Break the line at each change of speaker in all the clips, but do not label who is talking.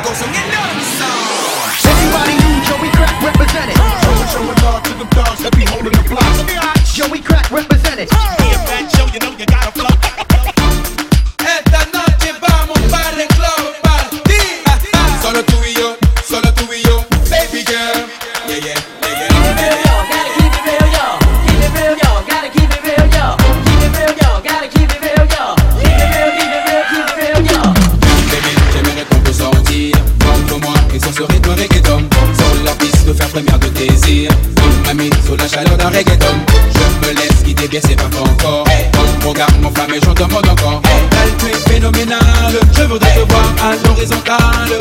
goes on and on song.
Everybody knew Joey Crack represented.
Showing love to the dogs that be holding the block.
Joey Crack represented.
Be a bad show, you know you gotta flow. Esta noche vamos para el club party. Solo tú y yo, baby girl. Yeah, yeah, yeah, yeah.
Keep it real, y'all, gotta keep it real, y'all. Keep it real, y'all, gotta keep it real, y'all. Keep it real, y'all, gotta keep it real, y'all. Keep it real, keep it real, keep it real, y'all.
Baby, j'aimerais qu'on peut sortir contre moi et sur ce rythme reggaeton. Sur la piste de faire première de désir. Mamie, sous la chaleur d'un reggaeton. Je me laisse guider, bien c'est pas encore. Mon regard m'enflamme et j'en demande encore. Elle, tu es phénoménale. Je voudrais te voir à l'horizontale.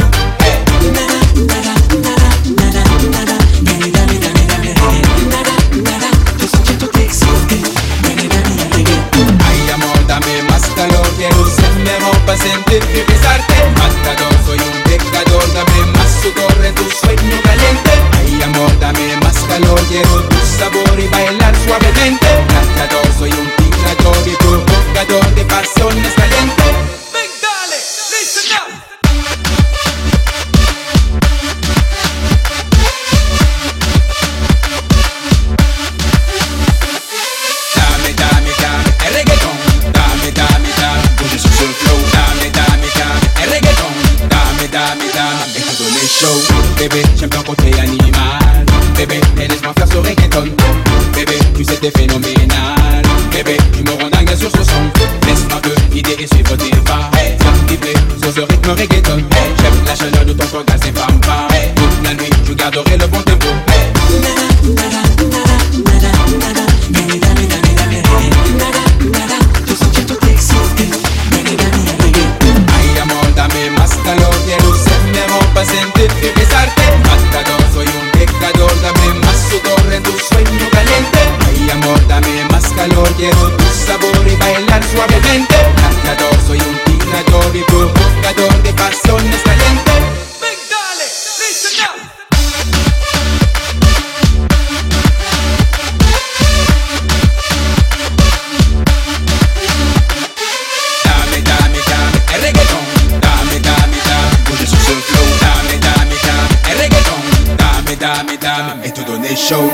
Ay, amor, dame más calor. Quiero ser mejor para sentirte y besarte. Matador, soy un pecador. Dame más sudor de tu sueño caliente. Ay, amor, dame más calor. Quiero tu sabor y bailar suavemente. Matador, soy un tirador y provocador de pasiones calientes. Big Dolly, listen up. Dame, dame, dame, el reggaeton. Dame, dame, dame, bouge sur ce flow. Dame, dame, dame, el reggaeton. Dame, dame, dame, et te donner show. Bébé, j'aime ton côté animal. Bébé, laisse-moi faire ce reggaeton. Bébé, tu sais t'es phénoménal. Bébé, tu me rends dingue sur ce son. Laisse-moi te guider et suivre tes pas. Faire vibrer sur ce rythme reggaeton. J'aime la chaleur de ton corps, c'est bam bam. Toute la nuit, je garderai le bon tempo. Ay, amor, dame más calor. Quiero ser mejor para sentirte y besarte. Matador, soy un pecador. Dame más sudor en tu sueño caliente. Ay, amor, dame más calor. Quiero tu sabor y bailar suavemente. Matador, soy un tirador y provocador de pasiones calientes. Big Dolly, listen up. Dame, dame, dame, el reggaeton. Dame, dame, dame, bouge sur ce flow. Dame, dame, dame, el reggaeton. Dame, dame, dame, et te donner show.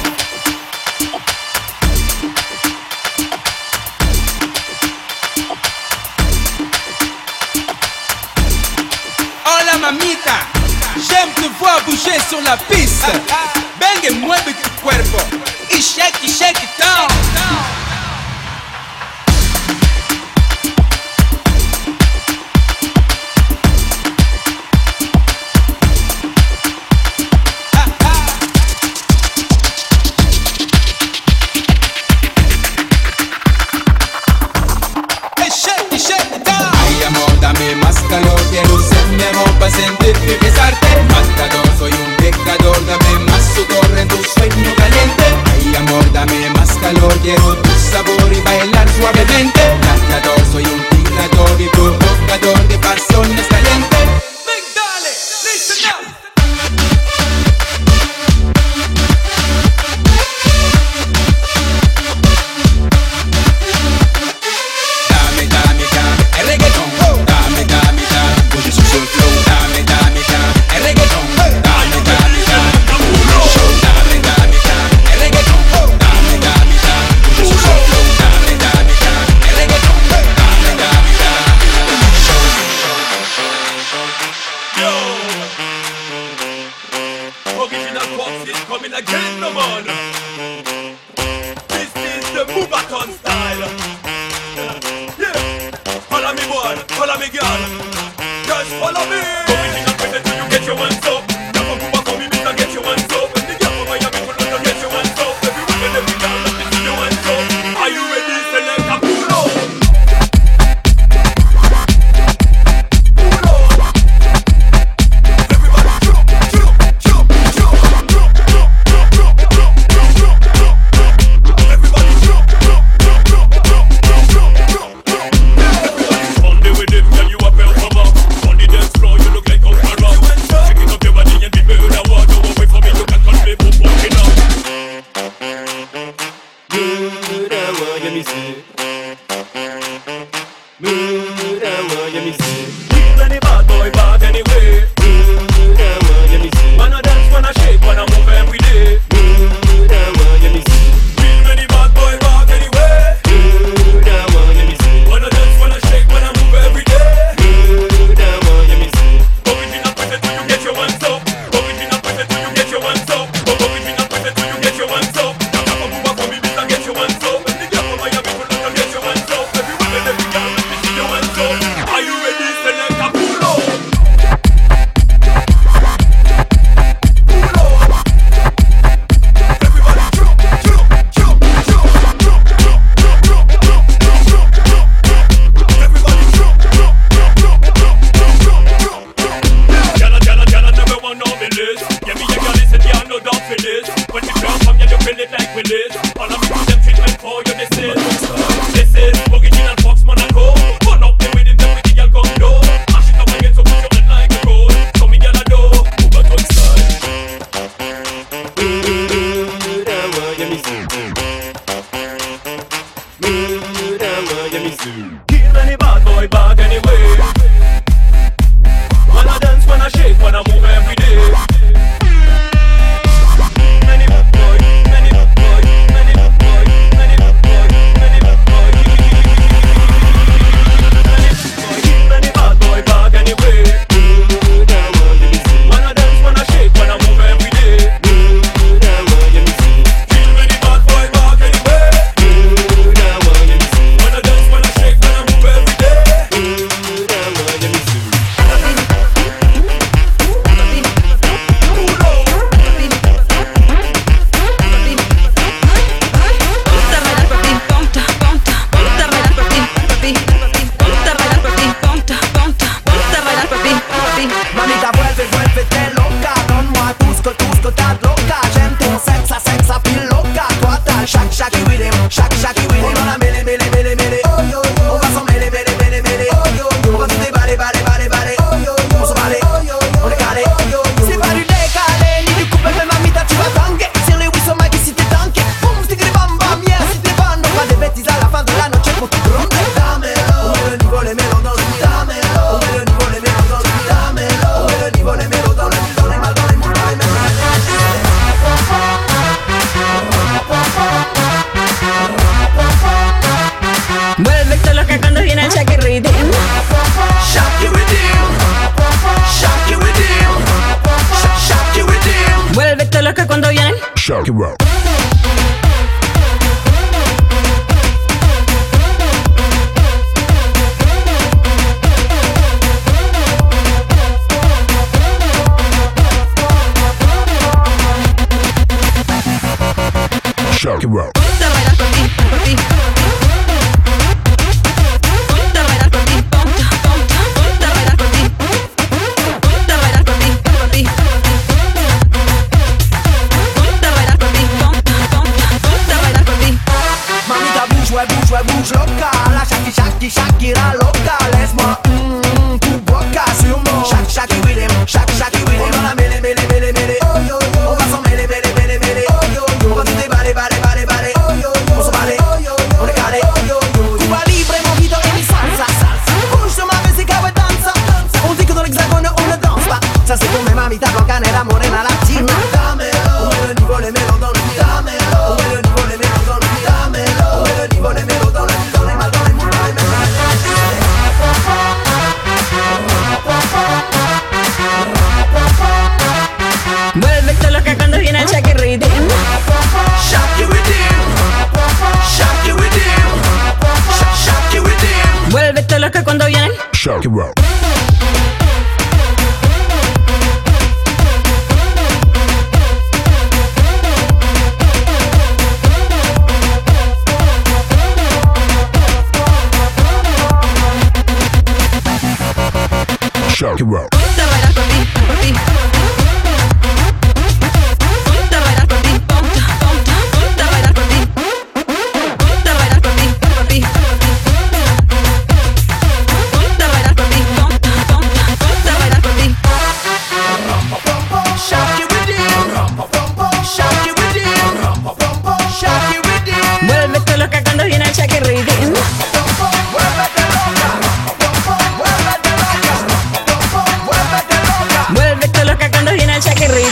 Hola mamita, j'aime te voir bouger sur la piste. Bang et mueve tu cuerpo y shake it down. Ay, amor, dame más calor. Quiero ser mejor para sentirte y besarte. Matador, soy un pecador. Dame más sudor en tu sueño caliente. Ay, amor, dame más calor. Quiero tu sabor y bailar suavemente. Matador, soy un tirador y provocador de pasiones calientes. Big Dolly, listen up. Dame, dame, dame, el reggaeton. Dame, dame, dame, bouge sur ce flow. Dame, dame, dame, el reggaeton. Dame, dame, dame, show. Dame, dame, dame, el reggaeton. Dame, dame, dame, bouge sur ce flow. Dame, dame, dame, el reggaeton. Dame, dame, dame, show.
Yo, original Fox is coming again, no man. This is the Bubaton style. Yeah, follow me boy, follow me girl. Just follow me. Original present till you get your hands up. Never Buba come in, Mr. Get your hands up. And the girl from Miami will not get your hands up. Every woman, every girl, let me see your hands up. Are you ready? Select a pull up. Monday with him, girl, you a bell cover. On the dance floor, you look like Okara. Checking up your
cuando vienen.
Shake it out. Shake it out.
Ponte a bailar por ti, por ti. Ponte a bailar por ti, ponte a bailar por ti. Ponte a bailar por ti, por ti. Ponte a bailar por ti, ponte a bailar por ti.
Mamita bouge loca. La Shakira loca. Laisse-moi tu boca sur mon Shaki with him, Shaki with him. On va mêler, on va s'en mêler. On va tout déballer. On s'en balai, on est calé. Cuba libre, mojito et mi salsa. Bouge sur ma musique, ouais danza. On dit que dans l'hexagone on ne danse pas. Ça c'est pour mes mamitas blancanera, morena latina. On met le niveau, les mélos dans le damelo. On met le niveau, les mélos dans le damelo. On met le niveau, les mélos dans le dans les mal, dans les moules, dans les mêmes.
Vuélvete loca cuando viene el Shaki Rhythm.
Shaki with him, Shaki with him, Shaki with him.
Vuélvete loca cuando vienen.
Shake it out. Shake it out.
Ponte a bailar por ti, por ti. Ponte a bailar por ti, ponte a bailar por ti. Ponte a bailar por ti, por ti. Ponte a bailar por ti, ponte a bailar por ti.
Shaki with him, Shaki with him, Shaki with him.
Vuélvete loca cuando viene el Shaki Rhythm. Vuélvete loca cuando viene el Shaki Rhythm.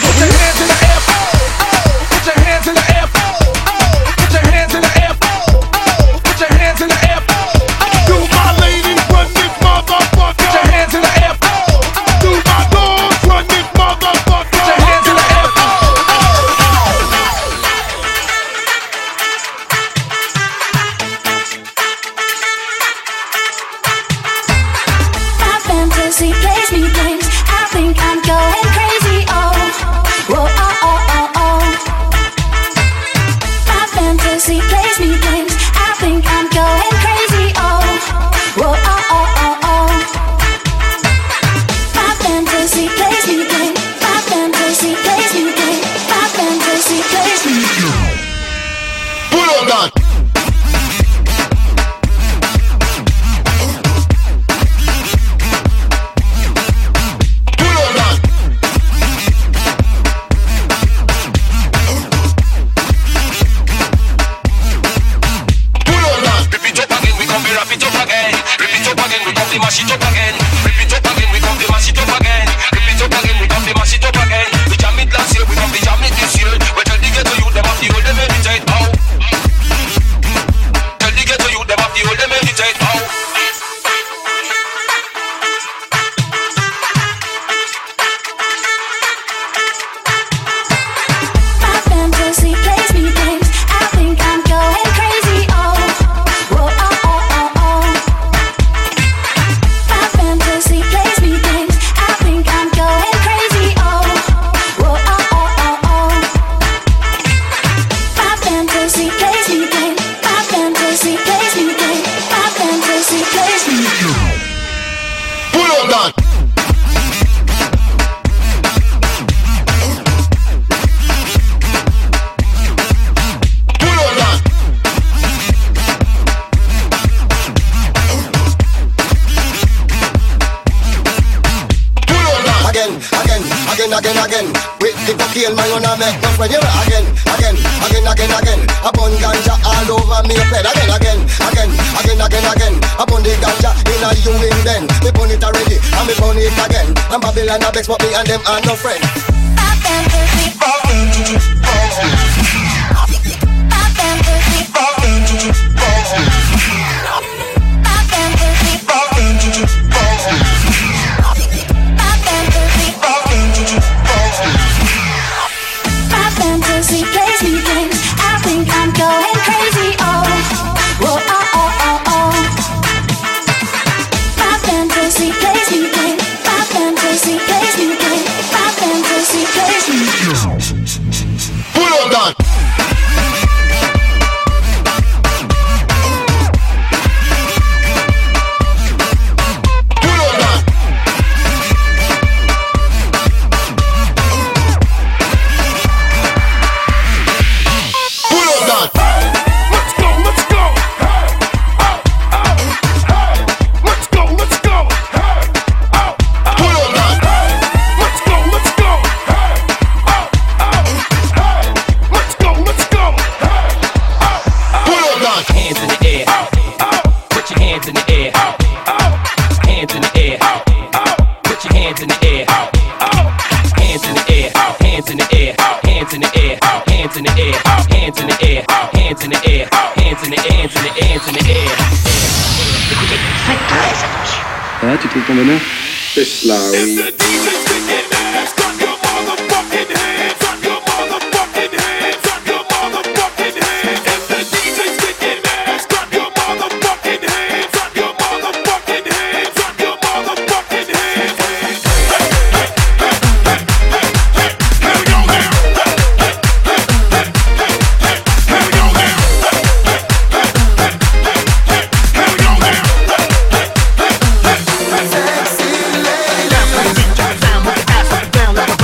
Put your hands in the air. Put your hands in the air. Put your hands in the air. Do my ladies run this motherfucker? Put your hands in the air. Do my dogs run this motherfucker? Put your hands in the air.
My fantasy plays me games. I think I'm going crazy. Oh, whoa, oh, oh, oh, oh. My fantasy plays me games. I think I'm going crazy. Oh, whoa, oh, oh, oh, oh. My fantasy plays me games. My fantasy plays me games. My fantasy plays me games.
Pull on that.
Mash it up again, rip it up again, we come to mash it up again. Rip it up again, we come to mash it up again. We jam it last year, we come to jam it this year. We tell the ghetto youth them have the old them meditate how. Tell the ghetto youth them have the old them meditate how.
My fantasy plays me games. I think I'm going crazy. Oh, whoa, oh, oh, oh, oh. My fantasy plays me games. I think I'm going crazy. Oh, whoa, oh, oh, oh, oh. My fantasy plays me games. My fantasy plays me games. My fantasy plays me games.
Pull on that. Pull on that. Pull on that. Again. With the cocaine, man, you not make no friend. Again. A bun ganja all over me head. Again. A bun the ganja in a you in then. Me bun it already, and me bun it again. And Babylon a vex, but me and them are no friend.
My fantasy. My fantasy. My fantasy.
hands in the air. Hands in the air, hands in the air, hands in the air, hands in the air, hands in the air, hands in the air, hands in the air, hands in the air, hands in the air.
Faites très attention.
Ah, tu trouves ton bonheur? C'est cela, oui.
Sexy lady, down with the ass up and down like a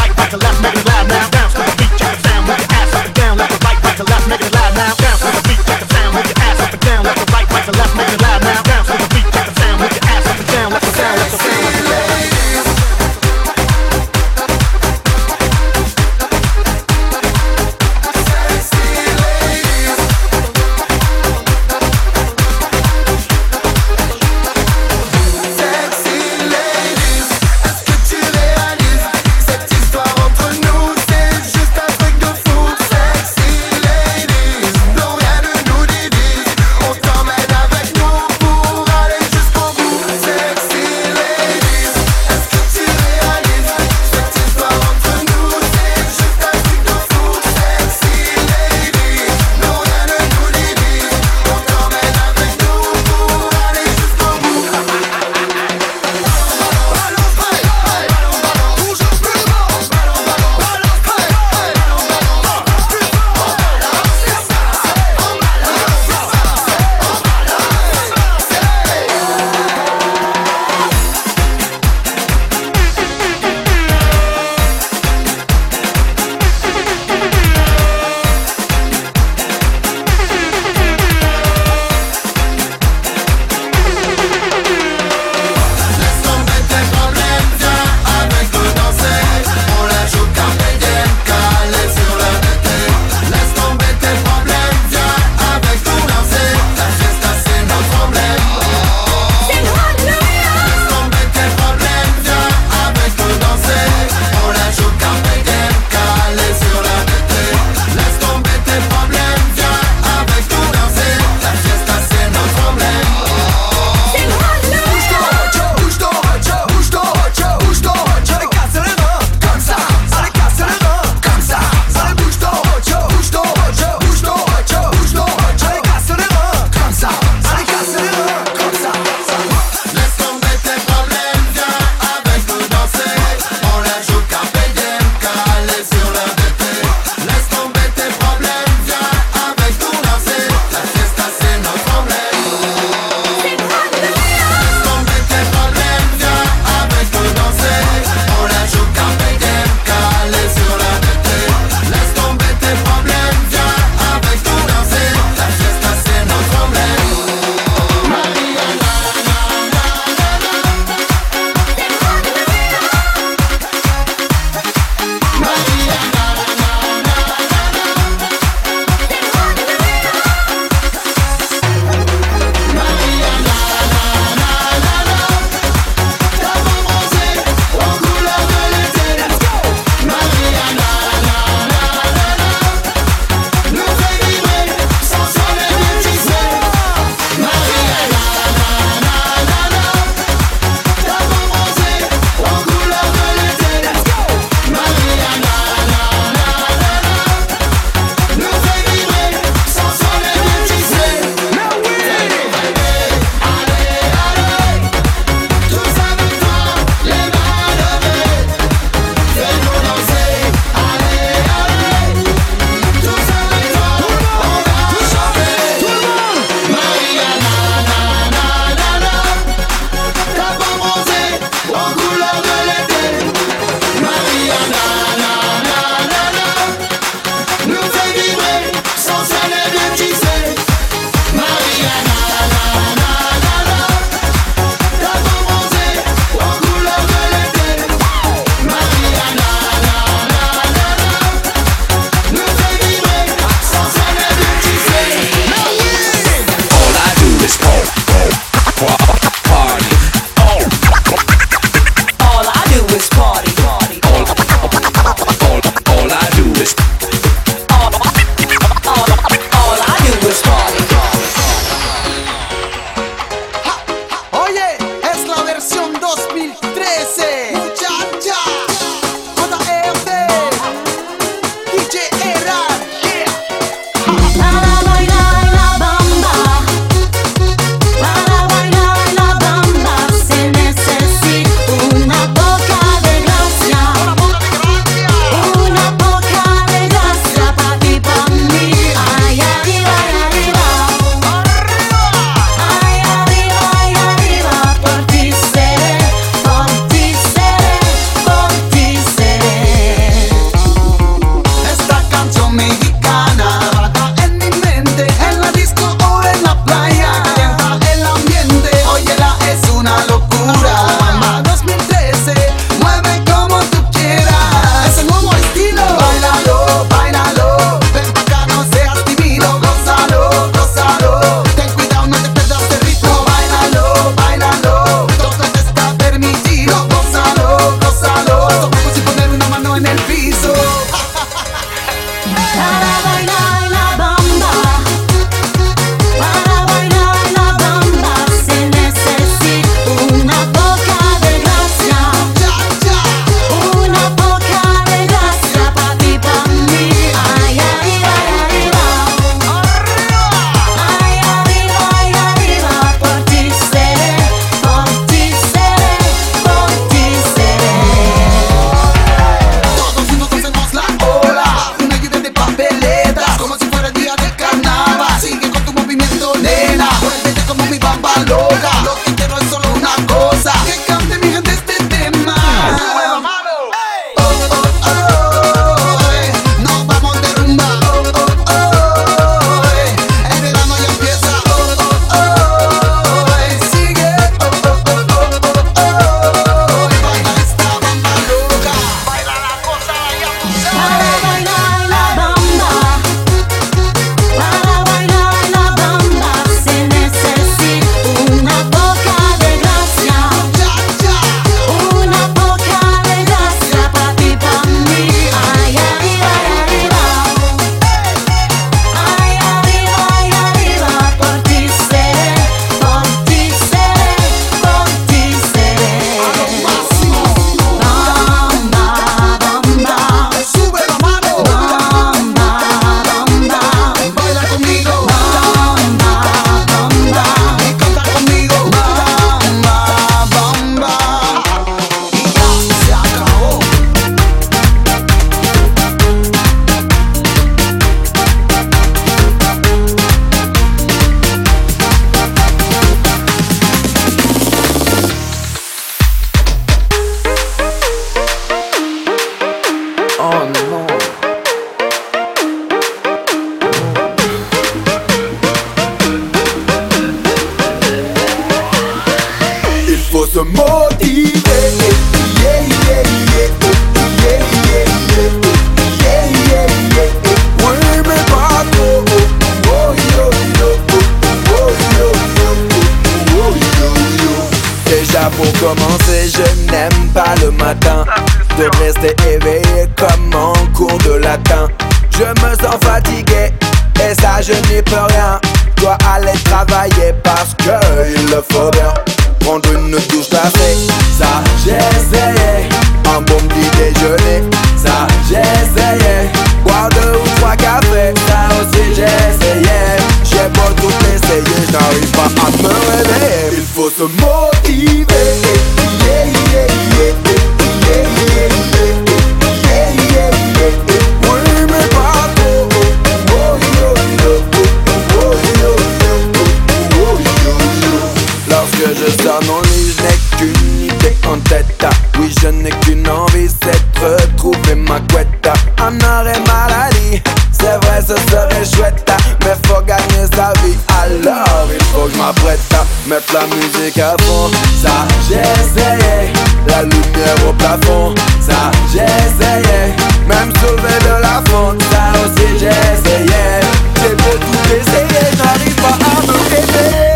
rester éveillé comme en cours de latin. Je me sens fatigué et ça je n'y peux rien. Dois aller travailler parce que il le faut bien. Prendre une douche glacée, ça j'ai essayé. Un bon petit déjeuner, ça j'ai essayé. Boire 2 ou 3 cafés, ça aussi j'ai essayé. J'ai beau tout essayer, je n'arrive pas à me réveiller. Il faut se motiver. Yeah, yeah, yeah, yeah, yeah, yeah, yeah, yeah. Oui mais pas trop. Lorsque je sors mon lit, je n'ai qu'une idée en tête. Oui, je n'ai qu'une envie, c'est de retrouver ma couette. Un arrêt maladie, c'est vrai, ce serait chouette. Mais faut gagner sa vie, alors il faut que je m'apprête à mettre la musique à fond. Ça, j'ai essayé, la lumière au plafond. Ça, j'ai essayé, même soulever de la fonte. Ça aussi, j'ai essayé. J'ai beau tout essayer, je n'arrive pas à me réveiller.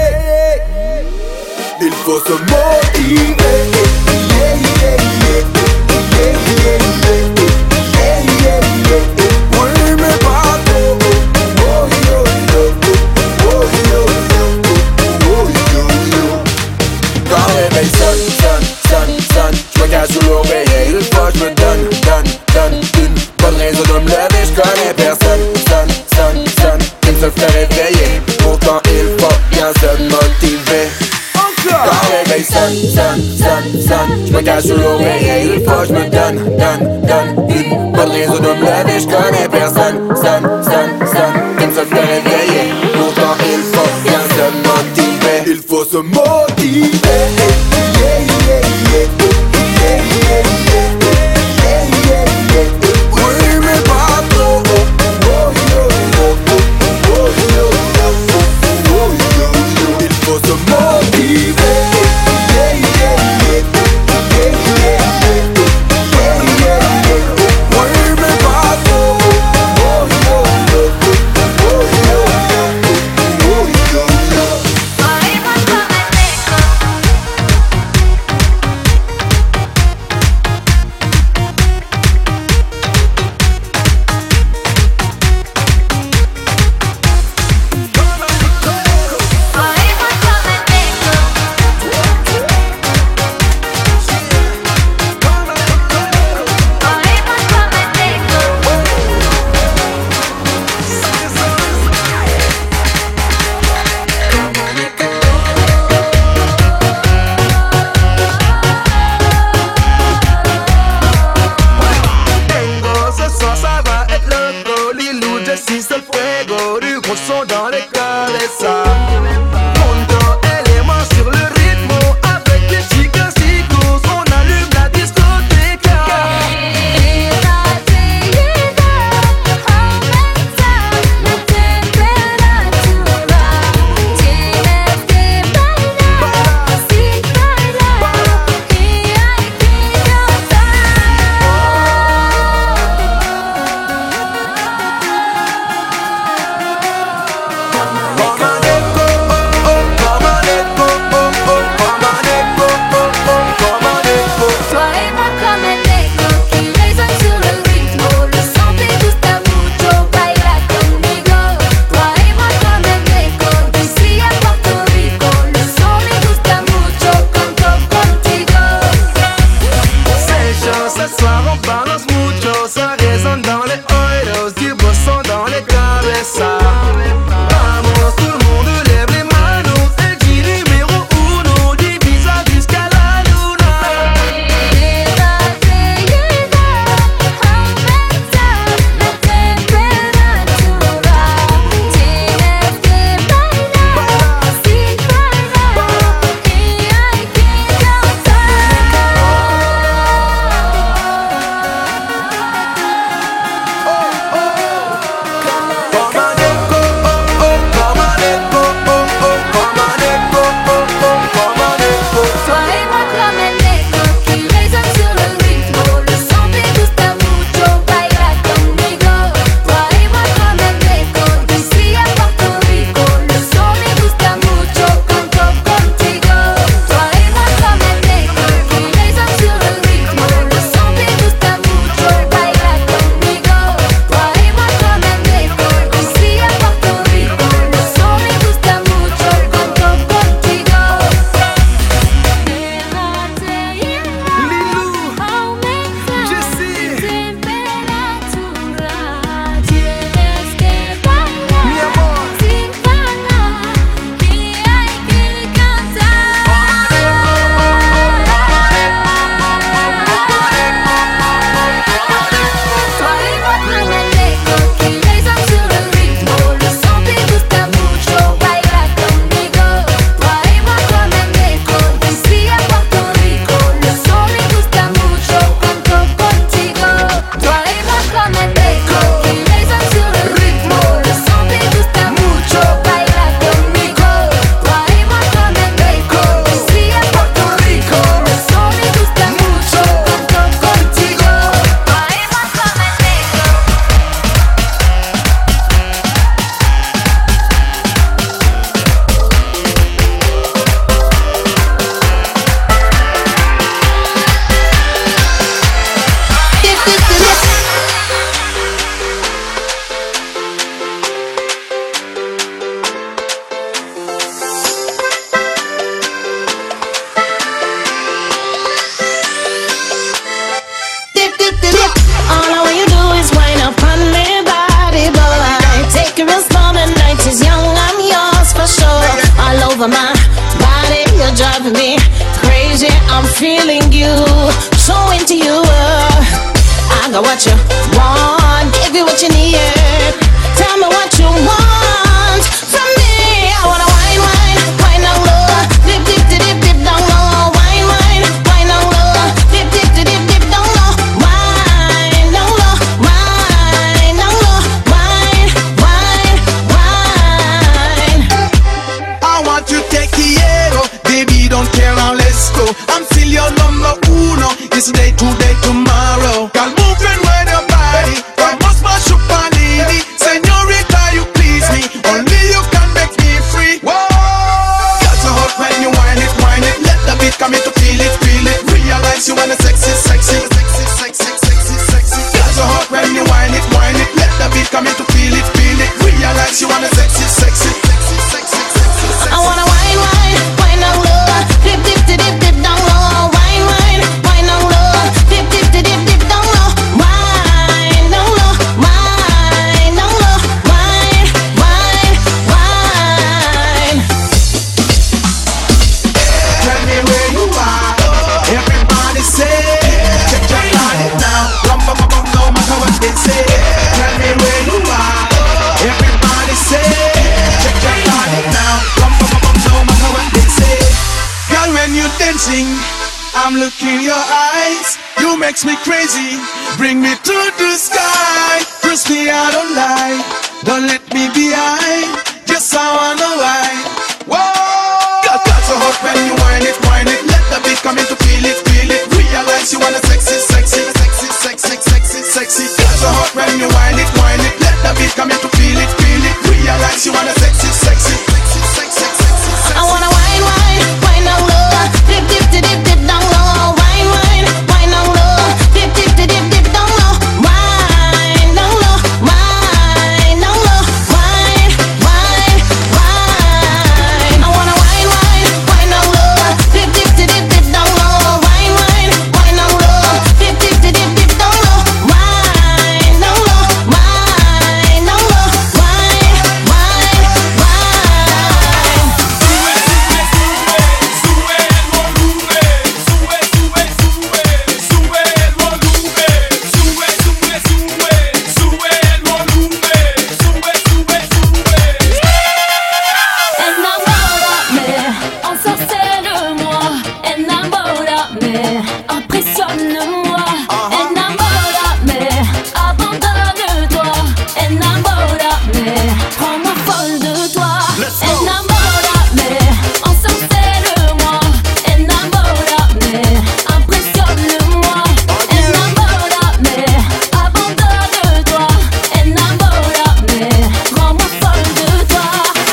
Il faut se motiver. Yeah, yeah, yeah, yeah, yeah, yeah, yeah, yeah. Oui mais pas trop. Oh, yo, yo, oh, yo, yo, oh, yo, yo. Quand le réveil sonne, je me cache sous l'oreiller. Il faut que je me donne une bonne raison de me lever. Je connais personne, qui me fait réveiller. Pourtant il faut bien se motiver. Quand le réveil sonne, je me cache sous l'oreiller. Il faut que je me donne une bonne raison de me lever. Je connais personne, qui me fait réveiller. Pourtant il faut bien se motiver. Il faut se motiver. Yeah, yeah, yeah, yeah, yeah, yeah, yeah, yeah. Oui mais pas trop. Oh, yo, yo, oh, yo, yo, oh, yo, yo. Il faut se motiver.
over my body, you're driving me crazy. I'm feeling you, so into you. I got what you want, give you what you need. Tell me what you want from me. I wanna wine, wine, wine down low, dip, dip, dip, dip, dip down low. Wine, wine, wine down low, dip, dip, dip, dip, dip down low. Wine down low, wine down low, wine, wine, wine.
I want to take quiero, baby, don't care now, let's go. I'm still your number uno, yesterday, today, tomorrow. Girl, move and ride your body, I must mash up a lady. Señorita, you please me, only you can make me free. Whoa, you're so hot when you whine it, let the beat come in to feel it, realize you wanna sexy, sexy, sexy, sexy, sexy, sexy. You're so hot when you whine it, let the beat come in to feel it, realize you wanna sexy, sexy, sexy, sexy, sexy, sexy.
I wanna wine, wine, wine down low, dip, dip, dip, dip, dip down low. Wine, wine, wine down low, dip, dip, dip, dip, dip down low. Wine down low, wine down low, wine, wine, wine.
Tell me where you are, everybody say, check your body now, rum bum bum bum, no matter what they say. Tell me where you are, everybody say, check your body now, rum bum bum bum, no matter what they say. Girl, when you dancing, I'm looking in your eyes, you makes me crazy, bring me to the sky. Trust me, I don't lie, don't let me behind, just I wanna ride. Whoa, girl, that's so hot when you whine it, let the beat come in to feel it, realize you wanna sexy, sexy, sexy, sexy, sexy, sexy. Girl, so hot when you whine it, let the beat come in to feel it, realize you wanna sexy, sexy, sexy, sexy, sexy.
I wanna wine, wine, wine down low, dip, dip, dip, dip, dip down low. Wine, wine, wine down low, dip, dip, dip, dip, dip down low. Wine down low, wine down low, wine, wine, wine. I wanna wine, wine, wine down low, dip, dip, dip, dip, dip down low. Wine, wine, wine down low, dip, dip, dip, dip, dip down low. Wine down low, wine down low, wine, wine, wine.
Enamórame, ensorcelle-moi. Enamórame, impressionne-moi. Enamórame, abandonne-toi. Enamórame, rends-moi folle de toi. Enamórame, ensorcelle-moi. Enamórame, impressionne-moi. Enamórame, abandonne-toi. Enamórame, rends-moi folle de toi.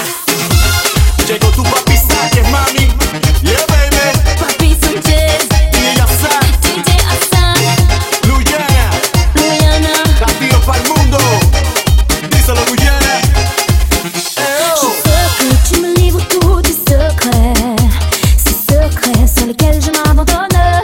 Llegó tu papi Sánchez, mami, yeah baby,
Papi Sánchez,
DJ Hassan,
DJ Hassan,
Luyana,
Luyana.
Latinos pa'l mundo, díselo Luyana.
Je veux que tu me livres tous tes secrets, ces secrets sur lesquels je m'abandonnerai.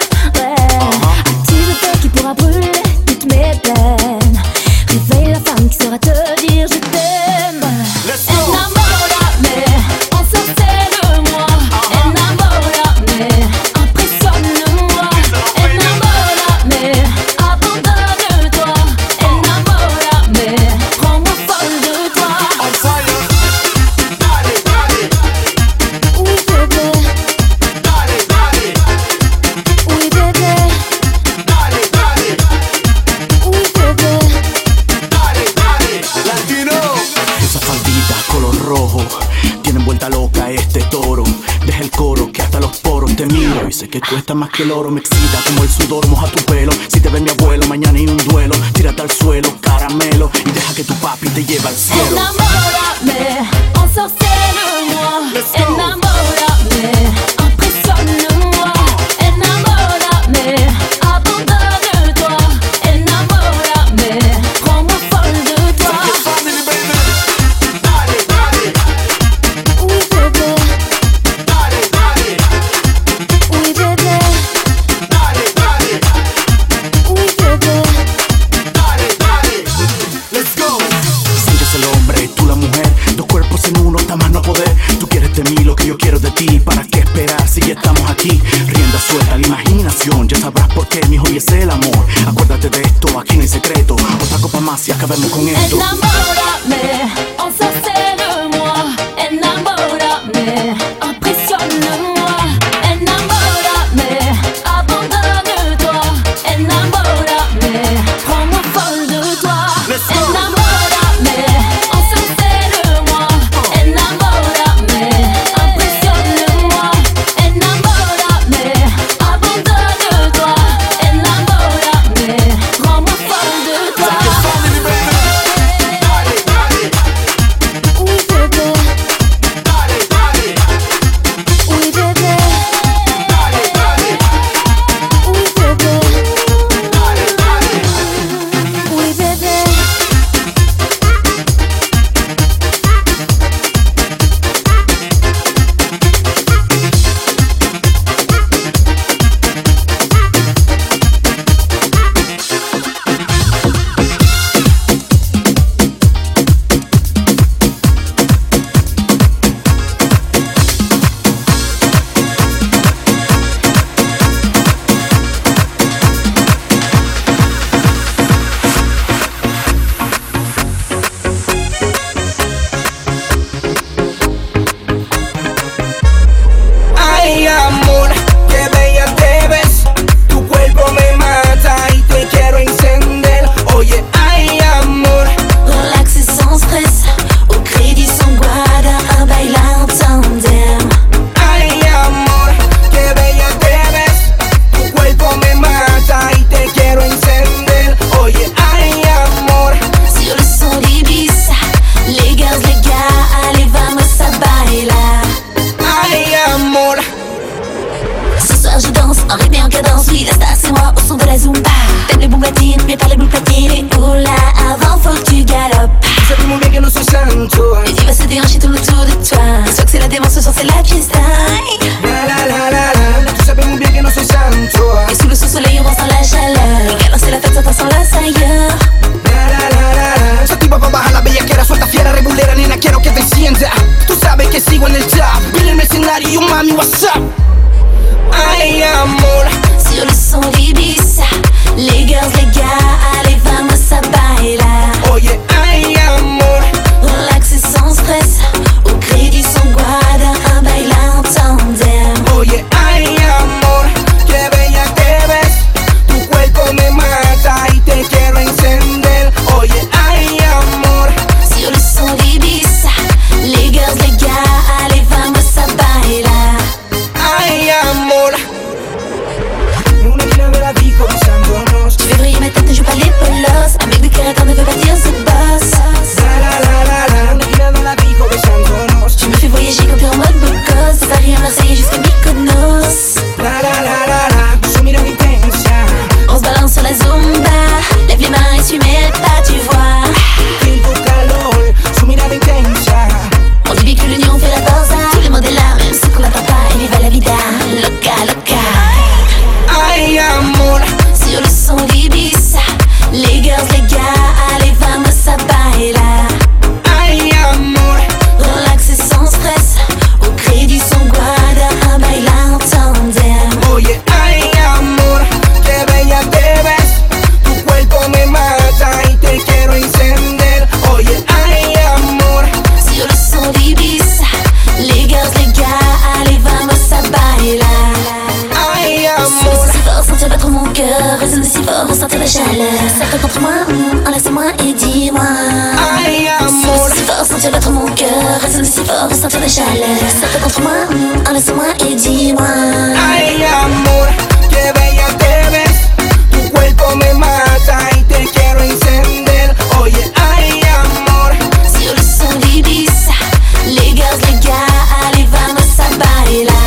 Activité qui pourra brûler toutes mes peines. Réveille la femme qui saura te dire je t'aime.
Let's go.
Enamórame, ensorcelle-moi. Enamórame, impressionne-moi. Enamórame, abandonne-toi. Enamórame, rends-moi folle de toi.
On fire, dale, dale,
Oui bébé,
dale, dale,
oui bébé,
dale, dale,
oui bébé.
dale, dale. Latino. Esa faldita color rojo tiene vuelta loca este toro. Deja el coro que hasta los poros te miro y sé que cuesta más que el oro. Me excita como el sudor, moja tu pelo. Si te ve mi abuelo, mañana hay un duelo. Tírate al suelo, caramelo y deja que tu papi te lleve al cielo.
Enamórame, ensorcelle-moi.
Let's go.
Enamórame, impressionne-moi. Enamórame, abandonne-toi. Enamórame, rends-moi folle de toi.
Family, baby. Dale, dale,
Oui bébé,
dale, dale,
oui bébé,
dale, dale,
oui bébé.
dale, dale. Let's go. Sánchez el hombre, tú la mujer, dos cuerpos en uno, está más no poder. Tú quieres de mí lo que yo quiero de y es el amor. Acuérdate de esto, aquí no hay secreto. Otra copa más y acabemos con esto.
Enamórame, ensorcelle-moi. Enamórame, impressionne-moi. Enamórame, abandonne-toi. Enamórame, rends-moi folle de toi. Enamórame, ensorcelle-moi. Enamórame, impressionne-moi. Enamórame, abandonne-toi. Enamórame, rends-moi folle de toi. Oui bébé, oui bébé, oui bébé, oui bébé.
Ay, amor, qué bella te ves. Tu cuerpo me mata y te quiero encender. Oye, ay, amor.
Relaxer sans stress, au crédit sans guarda, un bail en tandem.
Ay, amor, qué bella te ves. Tu cuerpo me mata y te quiero encender. Oye, ay, amor.
Sur le son d'Ibiza, les gars, allez, vamos a bailar.
Ay, amor.
Ce soir je danse en rythme et en cadence. Oui, la star c'est moi au son de la Zumba. T'aimes les boules platines, mais pas les boules platines. Et oula, avant faut que tu galopes.
Sabe muy bien que no soy santo.
Et tu vas se déhancher tout autour de toi. Soit que c'est la démence, ce soir c'est la fiesta.
La la la la la. Tu sabes muy bien que no soy santo.
Et sous le sous-soleil on ressent la chaleur. Et alors c'est la fête, ça t'en la ailleurs.
La la la la la. Sativa pa' bajar la bellaquera, suelta fiera, regulera, nena, quiero que te encienda. Tú sabes que sigo en el top. Viene el mercenario, mami, what's up? Ay, amor.
Sur le son d'Ibiza, les gars, allez, vamos a bailar.
Oye, ay, amor.
Relaxer sans stress, au crédit sans guarda, un bail en tandem.
Oye, ay, amor. Qué bella te ves. Tu cuerpo me mata y te quiero encender. Oye, ay, amor.
Sur le son d'Ibiza, les gars, allez, vamos a bailar.
Ay, amor. En una esquina de la disco besándonos.
Tu fais briller ma tête, ne joue pas les polos. Un mec de Kérétin ne veut pas dire ce boss.
La la la la la. En una esquina de la disco besándonos.
Tu me fais voyager quand t'es en mode beau gosse. De Paris à Marseille jusqu'à Mykonos.
La la la la la. Su mirada intensa.
On se balance sur la Zumba. Lève les mains et tu mets le pas, tu vois.
Il tu calor. Su mirada intensa.
On dit que l'union fait la force. Tout le monde est là, même ceux qu'on n'attend pas. Et viva la vida, loca, loca.
Ay, amor.
Sur le son d'Ibiza, les gars, allez, vamos a bailar.
Ay, amor.
Relaxer sans stress, au crédit sans guarda, un bail en tandem.
Oye, ay, amor. Qué bella te ves. Tu cuerpo me mata y te quiero encender. Oye, ay, amor.
Sur le son d'Ibiza, les gars, allez, vamos a bailar.
Ay, amor.
Si fort, sentir battre mon cœur, résonne si fort, ressentir la chaleur. Serre contre moi, enlace-moi et dis-moi.
Ay, amor.
Si fort, sentir battre mon cœur, résonne si fort, ressentir la chaleur. Serre contre moi, enlace-moi et dis-moi.
Ay, amor. Qué bella te ves. Tu cuerpo me mata y te quiero encender. Oye, ay, amor.
Sur le son d'Ibiza, les gars, allez, vamos a bailar.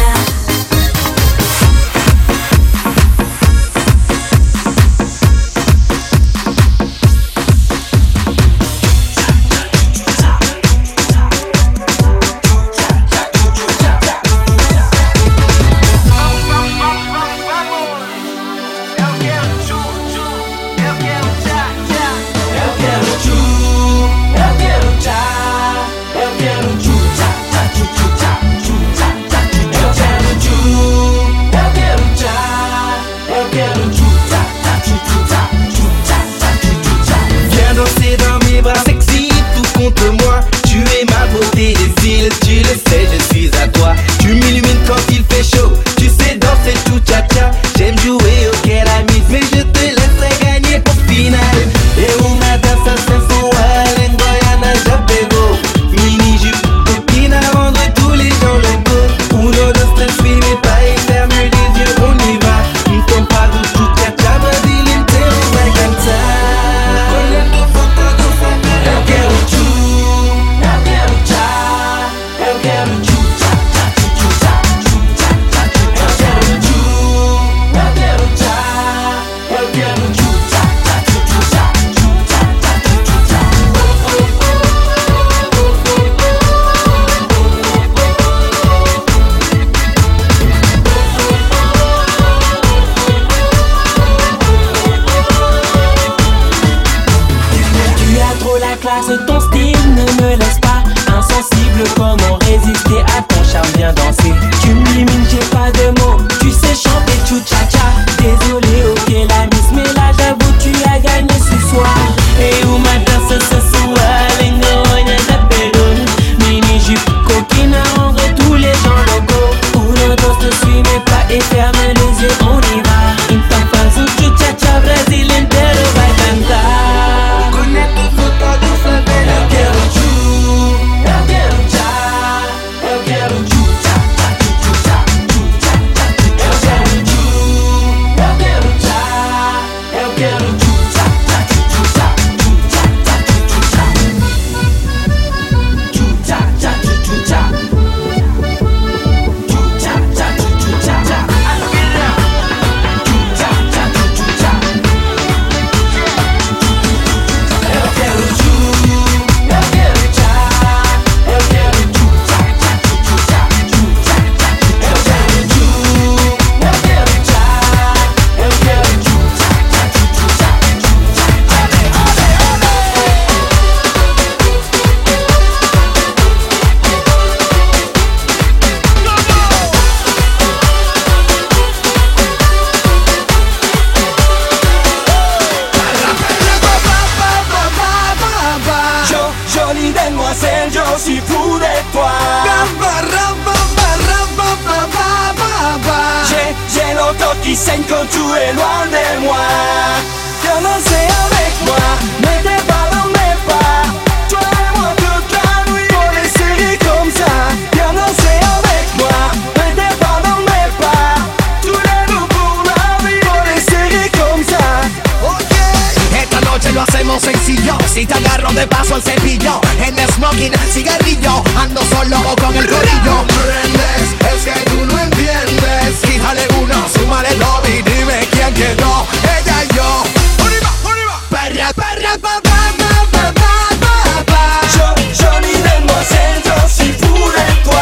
quand tu es loin de moi. Viens danser avec moi, mets tes pas dans mes pas. Toi et moi toute la nuit, pour les séries comme ça. Viens danser avec moi, mets tes pas dans mes pas. Tous les deux pour la vie, pour les séries comme ça. Ok.
Esta noche lo hacemos sencillo. Si te agarro de paso al cepillo, en el smoking, cigarrillo, ando solo o con el corillo. Prendes, es que tú no entiendes. Quítale uno, súmale dos y dime quién quedó. Ella y yo. Perra, perra, pa, pa, pa, pa, pa, pa.
Jolie demoiselle, je suis fou de toi.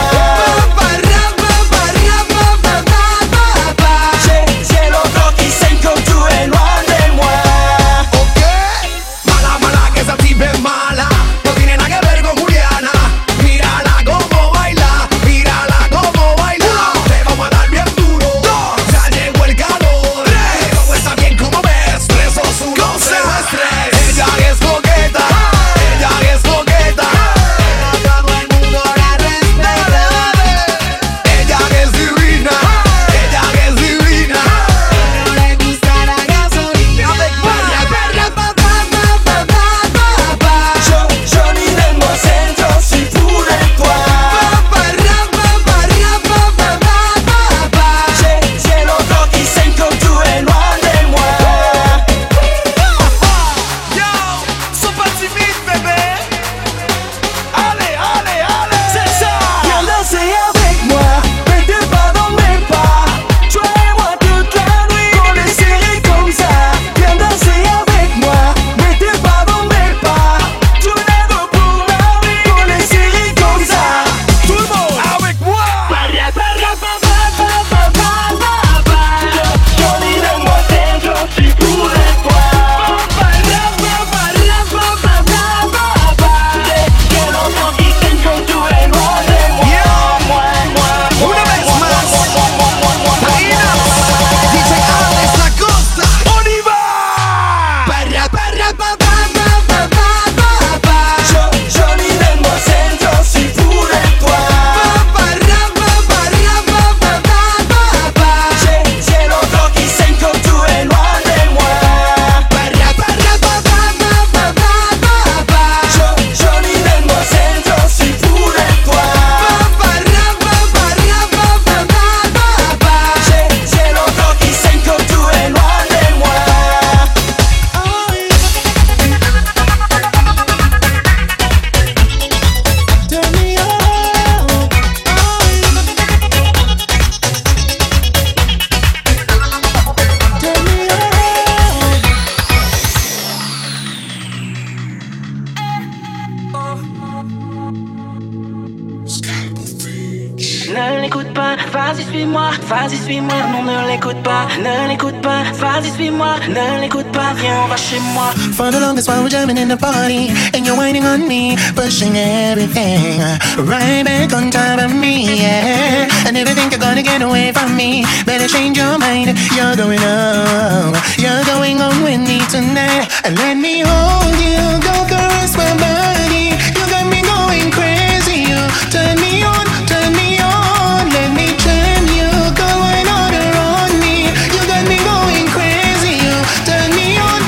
J'ai le corps qui saigne comme tu es loin de moi.
Ok, mala, mala, que esa tipa es mala. No tiene nada que ver con Juliana. Mírala como baila, mírala como baila. Te vamos a dar bien duro. Ya llegó el calor. Todo está bien como ves. 3, 2, 1, 0, estrés. Ella es coqueta, ella es coqueta. Todo el mundo la respeta. Ella es divina, ella es divina. No le gusta la gasolina. Perra, perra, pa, pa, pa, pa, pa, pa.
Jolie demoiselle, je suis fou de toi. J'ai le corps qui saigne comme tu es loin de moi.
Yo, sois pas timide, bébé. Allez, allez, allez.
C'est ça. Viens danser avec moi, mets tes pas dans mes pas. Toi et moi toute la nuit, pour les séries comme ça. Viens danser avec moi, mets tes pas dans mes pas. Tous les deux pour la vie, pour les séries comme ça.
Tout le monde avec moi.
Jolie demoiselle, je suis fou de toi. J'ai l'enfant qui saigne comme tu es loin de moi.
Una vez más. Taina, DJ Alex La Costa. On y va. Perra, perra, pa, pa, pa, pa, pa, pa, pa.
Jolie demoiselle, je suis fou de toi. J'ai le corps qui saigne comme tu es loin de moi. Jolie demoiselle, je suis fou de toi. J'ai le corps qui saigne comme tu es loin de moi.
Ne l'écoute pas, vas-y suis-moi, non ne l'écoute pas, vas-y suis-moi, ne l'écoute pas, viens on va chez moi.
For the longest while we're jamming in the party, and you're whining on me, pushing everything right back on top of me, yeah. And if you think you're gonna get away from me, better change your mind. You're going home with me tonight. And let me hold you, go caress my body. You got me going crazy. You turn me on. Let me turn you, go and order on me. You got me going crazy. You turn me on.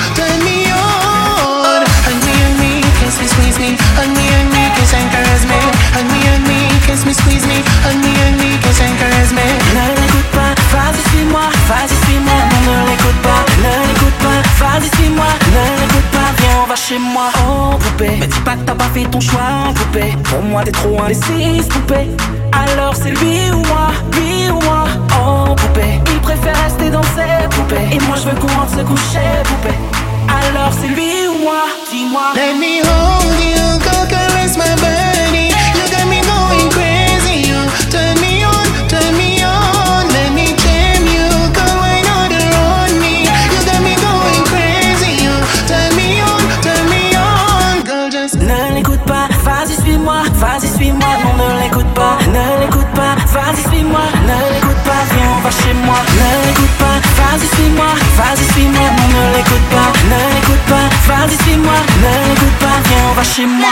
Hug me, kiss me, squeeze me. Hug me, kiss and caress me. Hug me, kiss me, squeeze me. Hug me, kiss and caress me.
Ne l'écoute pas, vas-y suis-moi, non ne l'écoute pas, vas-y suis-moi, ne l'écoute pas, viens on va chez moi. Oh poupée, me dis pas que t'as pas fait ton choix, poupée. Pour moi t'es trop indécise, poupée. Alors c'est lui ou moi, oh poupée. Il préfère rester dans ses poupées, et moi je veux qu'on rentre se coucher, poupée. Alors c'est lui ou moi, dis-moi.
Let me hold you, go caress my body. You got me going crazy. You turn me on. Let me jam you, go and order on me. You got me going crazy. You turn me on. Girl, just
ne l'écoute pas, vas-y suis-moi, non ne l'écoute pas, vas-y suis-moi, ne l'écoute pas, viens on va chez moi. Ne l'écoute pas, vas-y suis-moi, non ne l'écoute pas, vas-y suis-moi, ne l'écoute pas, viens on va chez moi.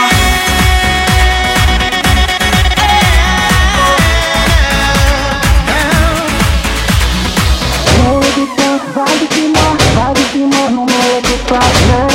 go
problem.